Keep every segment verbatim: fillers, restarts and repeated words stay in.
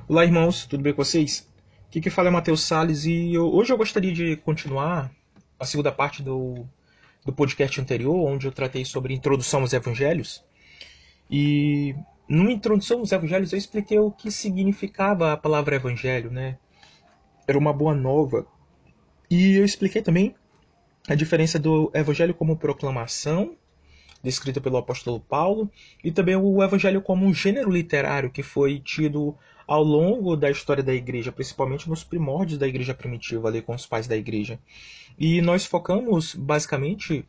Olá, irmãos, tudo bem com vocês? Aqui que fala é Matheus Salles e eu- hoje eu gostaria de continuar a segunda parte do, do podcast anterior, onde eu tratei sobre introdução aos evangelhos. E numa introdução aos evangelhos eu expliquei o que significava a palavra evangelho, né? Era uma boa nova. E eu expliquei também a diferença do evangelho como proclamação descrita pelo apóstolo Paulo, e também o evangelho como um gênero literário que foi tido ao longo da história da igreja, principalmente nos primórdios da igreja primitiva, ali com os pais da igreja. E nós focamos basicamente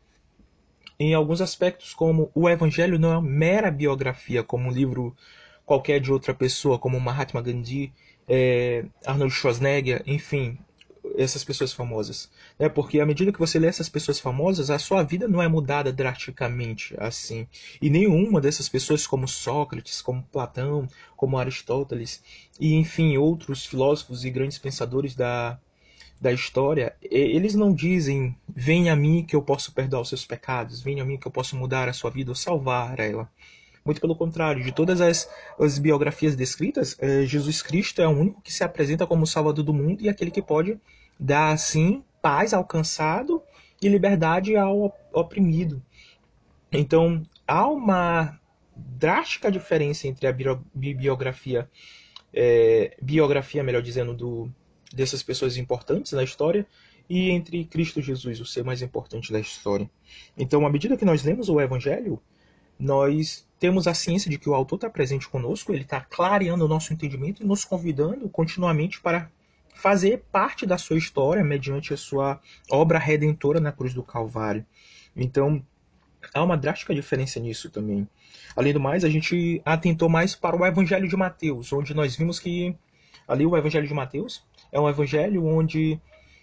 em alguns aspectos, como o evangelho não é uma mera biografia, como um livro qualquer de outra pessoa, como Mahatma Gandhi, é, Arnold Schwarzenegger, enfim, essas pessoas famosas. É porque à medida que você lê essas pessoas famosas, a sua vida não é mudada drasticamente assim. E nenhuma dessas pessoas, como Sócrates, como Platão, como Aristóteles, e enfim, outros filósofos e grandes pensadores da, da história, eles não dizem: venha a mim que eu posso perdoar os seus pecados, venha a mim que eu posso mudar a sua vida ou salvar ela. Muito pelo contrário, de todas as, as biografias descritas, eh, Jesus Cristo é o único que se apresenta como o Salvador do mundo e aquele que pode dar, assim, paz ao cansado e liberdade ao oprimido. Então, há uma drástica diferença entre a biografia, eh, biografia, melhor dizendo, do, dessas pessoas importantes na história e entre Cristo Jesus, o ser mais importante da história. Então, à medida que nós lemos o Evangelho, nós temos a ciência de que o autor está presente conosco, ele está clareando o nosso entendimento e nos convidando continuamente para fazer parte da sua história mediante a sua obra redentora na cruz do Calvário. Então, há uma drástica diferença nisso também. Além do mais, a gente atentou mais para o Evangelho de Mateus, onde nós vimos que ali o Evangelho de Mateus é um evangelho onde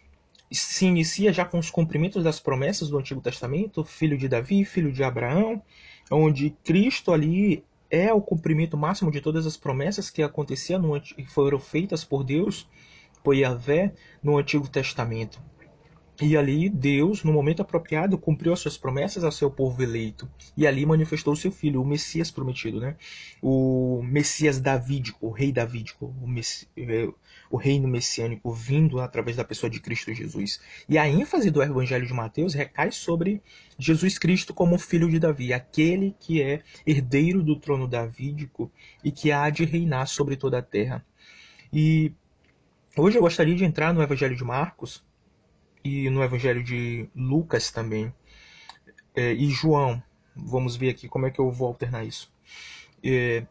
se inicia já com os cumprimentos das promessas do Antigo Testamento, filho de Davi, filho de Abraão, onde Cristo ali é o cumprimento máximo de todas as promessas que aconteciam no, foram feitas por Deus, por Yahvé, no Antigo Testamento. E ali Deus, no momento apropriado, cumpriu as suas promessas ao seu povo eleito. E ali manifestou o seu filho, o Messias prometido, né? O Messias davídico, o rei davídico, o, Messi, o reino messiânico vindo através da pessoa de Cristo Jesus. E a ênfase do Evangelho de Mateus recai sobre Jesus Cristo como filho de Davi, aquele que é herdeiro do trono davídico e que há de reinar sobre toda a terra. E hoje eu gostaria de entrar no Evangelho de Marcos, e no Evangelho de Lucas também, é, e João. Vamos ver aqui como é que eu vou alternar isso. É,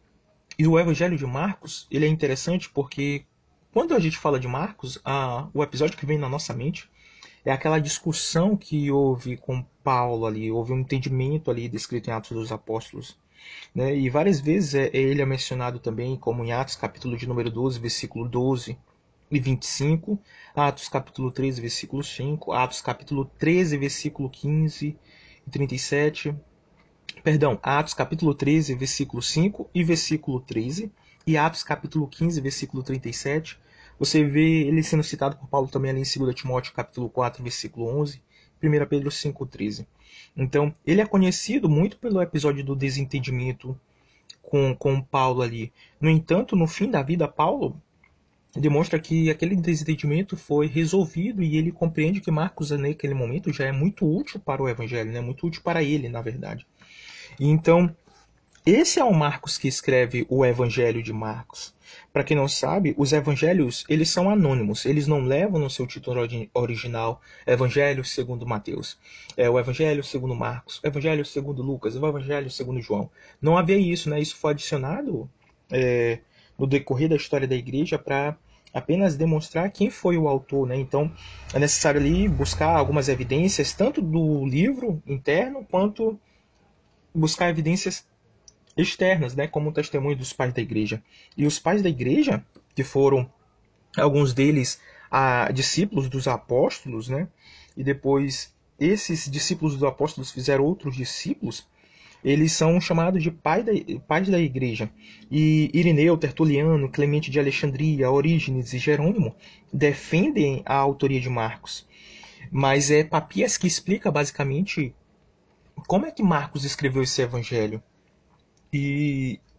e o Evangelho de Marcos, ele é interessante porque quando a gente fala de Marcos, a, o episódio que vem na nossa mente é aquela discussão que houve com Paulo ali, houve um entendimento ali descrito em Atos dos Apóstolos. Né? E várias vezes é, ele é mencionado também, como em Atos capítulo de número doze, versículo doze e vinte e cinco, Atos capítulo treze, versículo cinco, Atos capítulo treze, versículo quinze e trinta e sete, perdão, Atos capítulo treze, versículo cinco e versículo treze, e Atos capítulo quinze, versículo trinta e sete. Você vê ele sendo citado por Paulo também ali em dois Timóteo capítulo quatro, versículo onze, primeira Pedro cinco, treze. Então, ele é conhecido muito pelo episódio do desentendimento com, com Paulo ali. No entanto, no fim da vida, Paulo demonstra que aquele desentendimento foi resolvido e ele compreende que Marcos, naquele momento, já é muito útil para o evangelho, né? Muito útil para ele, na verdade. E então, esse é o Marcos que escreve o Evangelho de Marcos. Para quem não sabe, os evangelhos eles são anônimos, eles não levam no seu título original Evangelho segundo Mateus, é o Evangelho segundo Marcos, o Evangelho segundo Lucas, o Evangelho segundo João. Não havia isso, né? Isso foi adicionado é, no decorrer da história da igreja para apenas demonstrar quem foi o autor, né? Então é necessário ali buscar algumas evidências tanto do livro interno quanto buscar evidências externas, né, como o testemunho dos pais da igreja. E os pais da igreja, que foram alguns deles a, discípulos dos apóstolos, né, e depois esses discípulos dos apóstolos fizeram outros discípulos, eles são chamados de pai da, pais da igreja. E Irineu, Tertuliano, Clemente de Alexandria, Orígenes e Jerônimo defendem a autoria de Marcos. Mas é Papias que explica basicamente como é que Marcos escreveu esse evangelho. E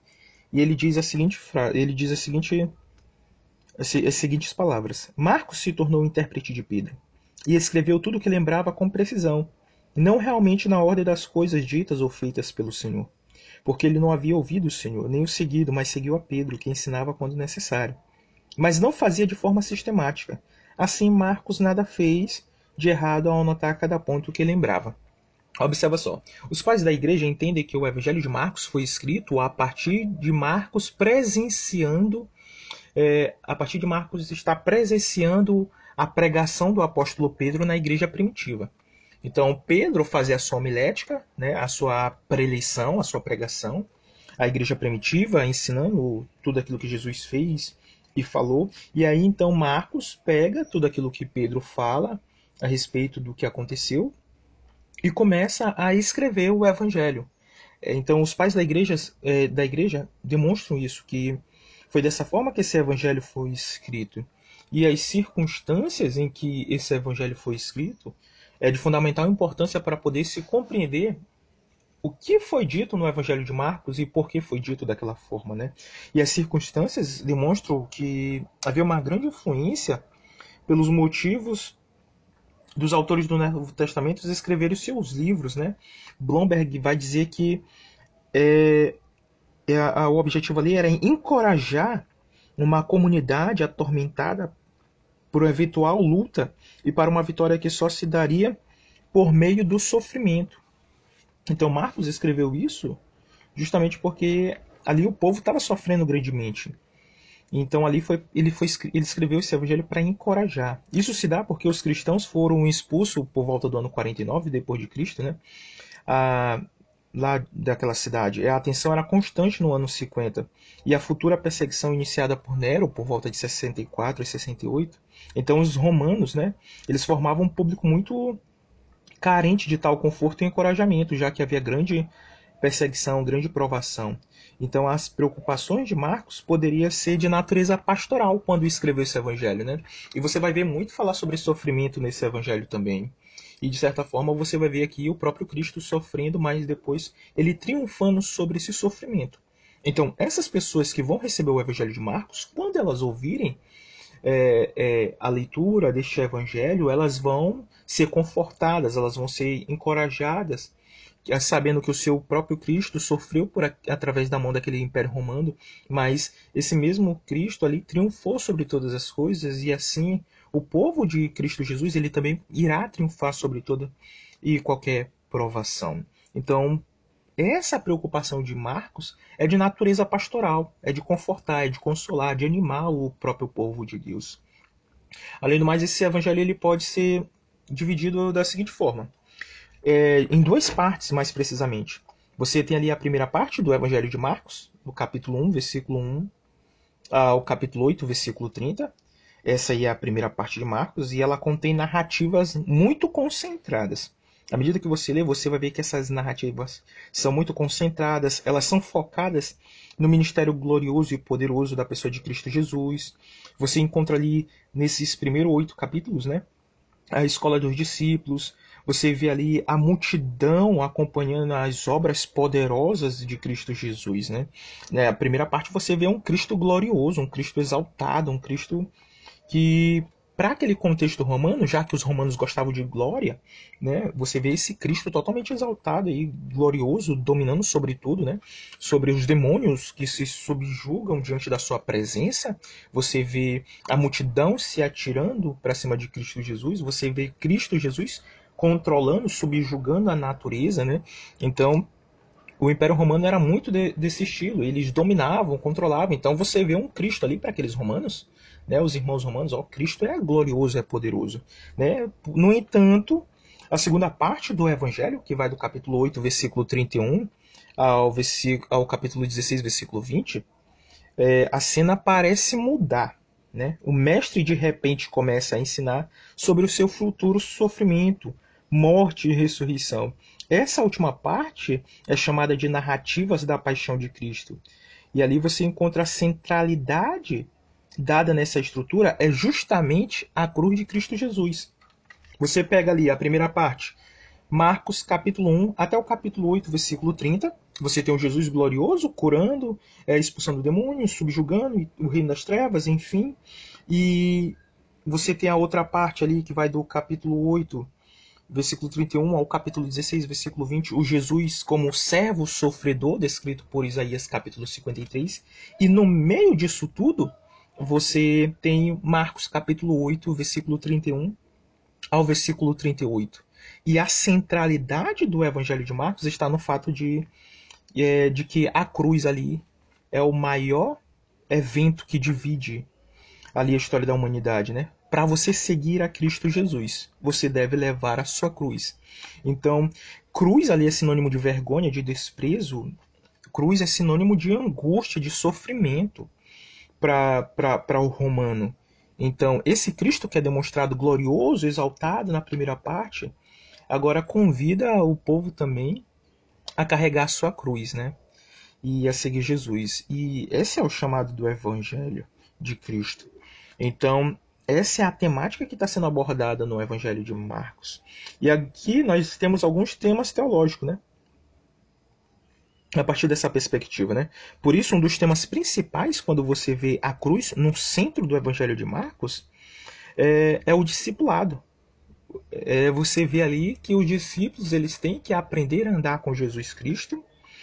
E ele diz a seguinte frase, ele diz a seguinte, as, as seguintes palavras: Marcos se tornou intérprete de Pedro e escreveu tudo o que lembrava com precisão, não realmente na ordem das coisas ditas ou feitas pelo Senhor, porque ele não havia ouvido o Senhor, nem o seguido, mas seguiu a Pedro, que ensinava quando necessário. Mas não fazia de forma sistemática. Assim, Marcos nada fez de errado ao anotar cada ponto que lembrava. Observa só. Os pais da igreja entendem que o Evangelho de Marcos foi escrito a partir de Marcos presenciando, é, a partir de Marcos estar presenciando a pregação do apóstolo Pedro na igreja primitiva. Então, Pedro fazia a sua homilética, né, a sua preleição, a sua pregação, a igreja primitiva ensinando tudo aquilo que Jesus fez e falou. E aí, então, Marcos pega tudo aquilo que Pedro fala a respeito do que aconteceu e começa a escrever o evangelho. Então, os pais da igreja, é, da igreja demonstram isso, que foi dessa forma que esse evangelho foi escrito. E as circunstâncias em que esse evangelho foi escrito é de fundamental importância para poder se compreender o que foi dito no evangelho de Marcos e por que foi dito daquela forma, né? E as circunstâncias demonstram que havia uma grande influência pelos motivos dos autores do Novo Testamento escreverem os seus livros, né? Blomberg vai dizer que é, é, a, o objetivo ali era encorajar uma comunidade atormentada por uma eventual luta e para uma vitória que só se daria por meio do sofrimento. Então Marcos escreveu isso justamente porque ali o povo estava sofrendo grandemente. Então ali foi, ele, foi, ele escreveu esse evangelho para encorajar. Isso se dá porque os cristãos foram expulsos por volta do ano quarenta e nove depois de Cristo, né? A, lá daquela cidade. A atenção era constante no ano cinquenta. E a futura perseguição iniciada por Nero por volta de sessenta e quatro e sessenta e oito. Então os romanos, né? Eles formavam um público muito carente de tal conforto e encorajamento, já que havia grande perseguição, grande provação. Então as preocupações de Marcos poderiam ser de natureza pastoral quando escreveu esse evangelho, né? E você vai ver muito falar sobre sofrimento nesse evangelho também. E de certa forma você vai ver aqui o próprio Cristo sofrendo, mas depois ele triunfando sobre esse sofrimento. Então, essas pessoas que vão receber o evangelho de Marcos, quando elas ouvirem é, é, a leitura deste evangelho, elas vão ser confortadas, elas vão ser encorajadas, sabendo que o seu próprio Cristo sofreu por, através da mão daquele Império Romano, mas esse mesmo Cristo ali triunfou sobre todas as coisas, e assim o povo de Cristo Jesus ele também irá triunfar sobre toda e qualquer provação. Então, essa preocupação de Marcos é de natureza pastoral, é de confortar, é de consolar, de animar o próprio povo de Deus. Além do mais, esse evangelho ele pode ser dividido da seguinte forma: é, em duas partes, mais precisamente. Você tem ali a primeira parte do Evangelho de Marcos, no capítulo um, versículo um ao capítulo oito, versículo trinta. Essa aí é a primeira parte de Marcos e ela contém narrativas muito concentradas. À medida que você lê, você vai ver que essas narrativas são muito concentradas, elas são focadas no ministério glorioso e poderoso da pessoa de Cristo Jesus. Você encontra ali, nesses primeiros oito capítulos, né, a escola dos discípulos, você vê ali a multidão acompanhando as obras poderosas de Cristo Jesus, né? Na primeira parte você vê um Cristo glorioso, um Cristo exaltado, um Cristo que, para aquele contexto romano, já que os romanos gostavam de glória, né, você vê esse Cristo totalmente exaltado e glorioso, dominando sobre tudo, né, sobre os demônios que se subjugam diante da sua presença. Você vê a multidão se atirando para cima de Cristo Jesus. Você vê Cristo Jesus controlando, subjugando a natureza, né? Então, o Império Romano era muito de, desse estilo, eles dominavam, controlavam. Então você vê um Cristo ali para aqueles romanos, né, os irmãos romanos, ó, Cristo é glorioso, é poderoso. Né? No entanto, a segunda parte do Evangelho, que vai do capítulo oito, versículo trinta e um, ao, versículo, ao capítulo dezesseis, versículo vinte, é, a cena parece mudar. Né? O mestre de repente começa a ensinar sobre o seu futuro sofrimento, morte e ressurreição. Essa última parte é chamada de narrativas da paixão de Cristo. E ali você encontra a centralidade dada nessa estrutura é justamente a cruz de Cristo Jesus. Você pega ali a primeira parte, Marcos capítulo um até o capítulo oito, versículo trinta, Você tem um Jesus glorioso, curando, é, expulsando demônios, subjugando o reino das trevas, enfim. E você tem a outra parte ali que vai do capítulo oito, versículo trinta e um, ao capítulo dezesseis, versículo vinte, o Jesus como servo sofredor, descrito por Isaías capítulo cinquenta e três. E no meio disso tudo, você tem Marcos capítulo oito, versículo trinta e um ao versículo trinta e oito. E a centralidade do Evangelho de Marcos está no fato de, é, de que a cruz ali é o maior evento que divide ali a história da humanidade, né? Para você seguir a Cristo Jesus, você deve levar a sua cruz. Então, cruz ali é sinônimo de vergonha, de desprezo. Cruz é sinônimo de angústia, de sofrimento para o romano. Então, esse Cristo que é demonstrado glorioso, exaltado na primeira parte, agora convida o povo também a carregar a sua cruz, né? E a seguir Jesus. E esse é o chamado do Evangelho de Cristo. Então, essa é a temática que está sendo abordada no Evangelho de Marcos. E aqui nós temos alguns temas teológicos, né? A partir dessa perspectiva, né? Por isso, um dos temas principais, quando você vê a cruz no centro do Evangelho de Marcos, é, é o discipulado. É, você vê ali que os discípulos eles têm que aprender a andar com Jesus Cristo,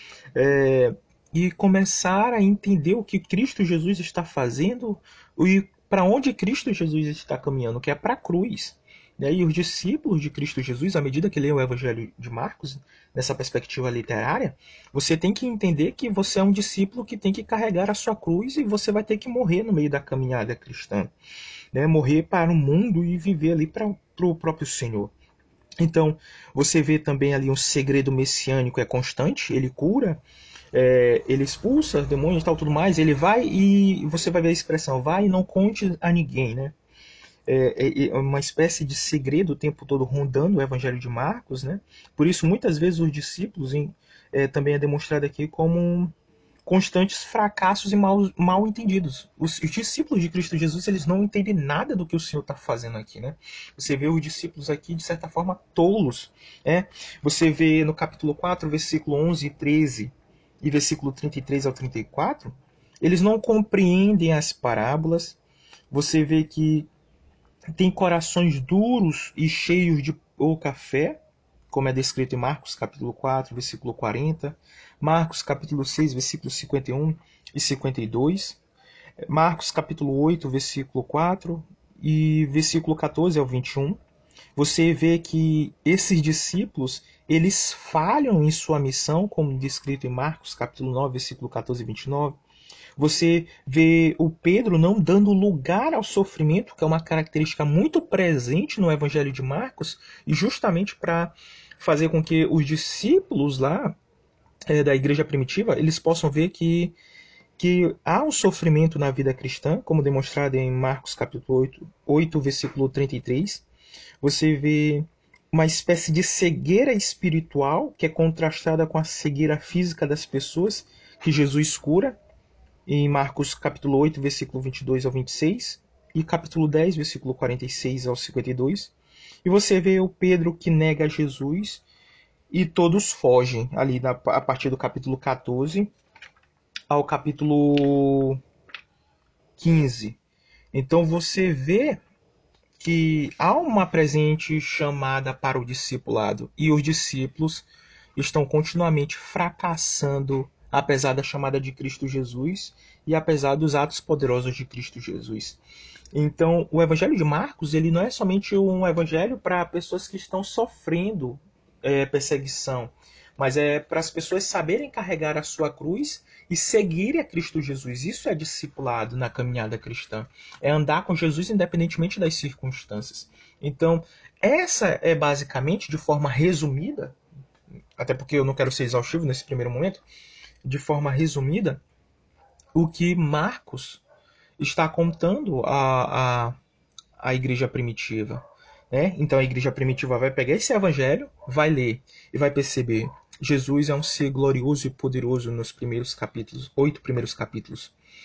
é, e começar a entender o que Cristo Jesus está fazendo e para onde Cristo Jesus está caminhando, que é para a cruz. E aí, os discípulos de Cristo Jesus, à medida que leem o Evangelho de Marcos, nessa perspectiva literária, você tem que entender que você é um discípulo que tem que carregar a sua cruz e você vai ter que morrer no meio da caminhada cristã, né? Morrer para o mundo e viver ali para o próprio Senhor. Então, você vê também ali um segredo messiânico é constante, ele cura, é, ele expulsa demônios e tal, tudo mais, ele vai e você vai ver a expressão, vai e não conte a ninguém, né? É, é, é uma espécie de segredo o tempo todo rondando o Evangelho de Marcos, né? Por isso, muitas vezes os discípulos, em, é, também é demonstrado aqui como um, constantes fracassos e mal, mal entendidos. Os, os discípulos de Cristo Jesus, eles não entendem nada do que o Senhor está fazendo aqui, né? Você vê os discípulos aqui, de certa forma, tolos, né? Você vê no capítulo quatro, versículo onze e treze, e versículo trinta e três ao trinta e quatro, eles não compreendem as parábolas. Você vê que tem corações duros e cheios de pouca fé, como é descrito em Marcos capítulo quatro, versículo quarenta, Marcos capítulo seis, versículos cinquenta e um e cinquenta e dois, Marcos capítulo oito, versículo quatro e versículo catorze ao vinte e um. Você vê que esses discípulos, eles falham em sua missão, como descrito em Marcos capítulo nove, versículo catorze e vinte e nove. Você vê o Pedro não dando lugar ao sofrimento, que é uma característica muito presente no Evangelho de Marcos, e justamente para fazer com que os discípulos lá é, da igreja primitiva eles possam ver que, que há um sofrimento na vida cristã, como demonstrado em Marcos capítulo oito, oito, versículo trinta e três. Você vê uma espécie de cegueira espiritual que é contrastada com a cegueira física das pessoas que Jesus cura em Marcos capítulo oito, versículo vinte e dois ao vinte e seis, e capítulo dez, versículo quarenta e seis ao cinquenta e dois. E você vê o Pedro que nega Jesus e todos fogem ali na, a partir do capítulo catorze ao capítulo quinze. Então você vê que há uma presente chamada para o discipulado e os discípulos estão continuamente fracassando apesar da chamada de Cristo Jesus e apesar dos atos poderosos de Cristo Jesus. Então, o Evangelho de Marcos ele não é somente um evangelho para pessoas que estão sofrendo é, perseguição, mas é para as pessoas saberem carregar a sua cruz e seguirem a Cristo Jesus. Isso é discipulado na caminhada cristã. É andar com Jesus independentemente das circunstâncias. Então, essa é basicamente, de forma resumida, até porque eu não quero ser exaustivo nesse primeiro momento, de forma resumida, o que Marcos está contando a, a, a igreja primitiva. Né? Então a igreja primitiva vai pegar esse evangelho, vai ler e vai perceber Jesus é um ser glorioso e poderoso nos primeiros capítulos, oito primeiros capítulos.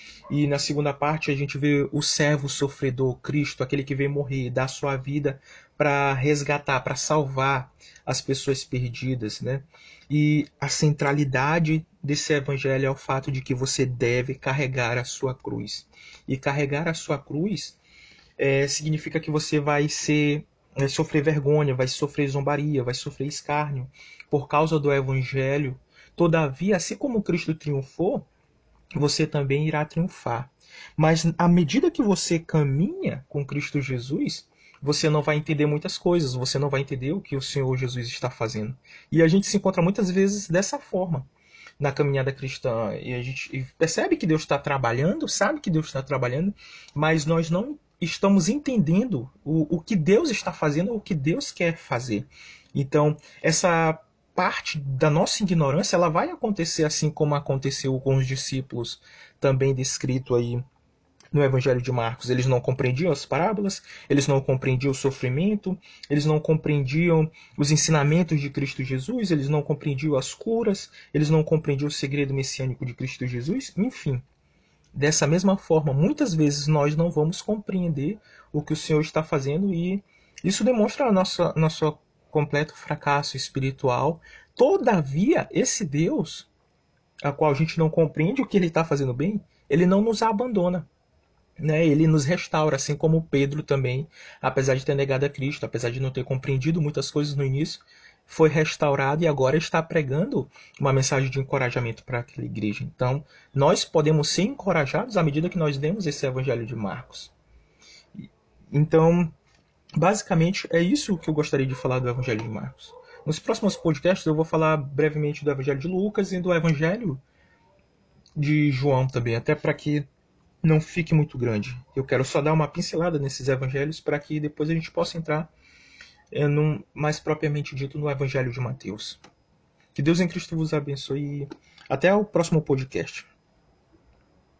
E na segunda parte a gente vê o servo sofredor, Cristo, aquele que veio morrer, dar sua vida para resgatar, para salvar as pessoas perdidas, né? E a centralidade desse evangelho é o fato de que você deve carregar a sua cruz. E carregar a sua cruz é, significa que você vai ser vai sofrer vergonha, vai sofrer zombaria, vai sofrer escárnio por causa do evangelho. Todavia, assim como Cristo triunfou, você também irá triunfar. Mas à medida que você caminha com Cristo Jesus, você não vai entender muitas coisas, você não vai entender o que o Senhor Jesus está fazendo. E a gente se encontra muitas vezes dessa forma na caminhada cristã. E a gente percebe que Deus está trabalhando, sabe que Deus está trabalhando, mas nós não estamos entendendo o, o que Deus está fazendo, o que Deus quer fazer. Então, essa parte da nossa ignorância, ela vai acontecer assim como aconteceu com os discípulos, também descrito aí no Evangelho de Marcos. Eles não compreendiam as parábolas, eles não compreendiam o sofrimento, eles não compreendiam os ensinamentos de Cristo Jesus, eles não compreendiam as curas, eles não compreendiam o segredo messiânico de Cristo Jesus, enfim. Dessa mesma forma, muitas vezes nós não vamos compreender o que o Senhor está fazendo e isso demonstra nosso, nosso completo fracasso espiritual. Todavia, esse Deus, a qual a gente não compreende o que ele está fazendo bem, ele não nos abandona. Né? Ele nos restaura, assim como Pedro também, apesar de ter negado a Cristo, apesar de não ter compreendido muitas coisas no início, foi restaurado e agora está pregando uma mensagem de encorajamento para aquela igreja. Então, nós podemos ser encorajados à medida que nós lemos esse Evangelho de Marcos. Então, basicamente, é isso que eu gostaria de falar do Evangelho de Marcos. Nos próximos podcasts eu vou falar brevemente do Evangelho de Lucas e do Evangelho de João também, até para que não fique muito grande. Eu quero só dar uma pincelada nesses evangelhos para que depois a gente possa entrar é, num, mais propriamente dito no Evangelho de Mateus. Que Deus em Cristo vos abençoe e até o próximo podcast.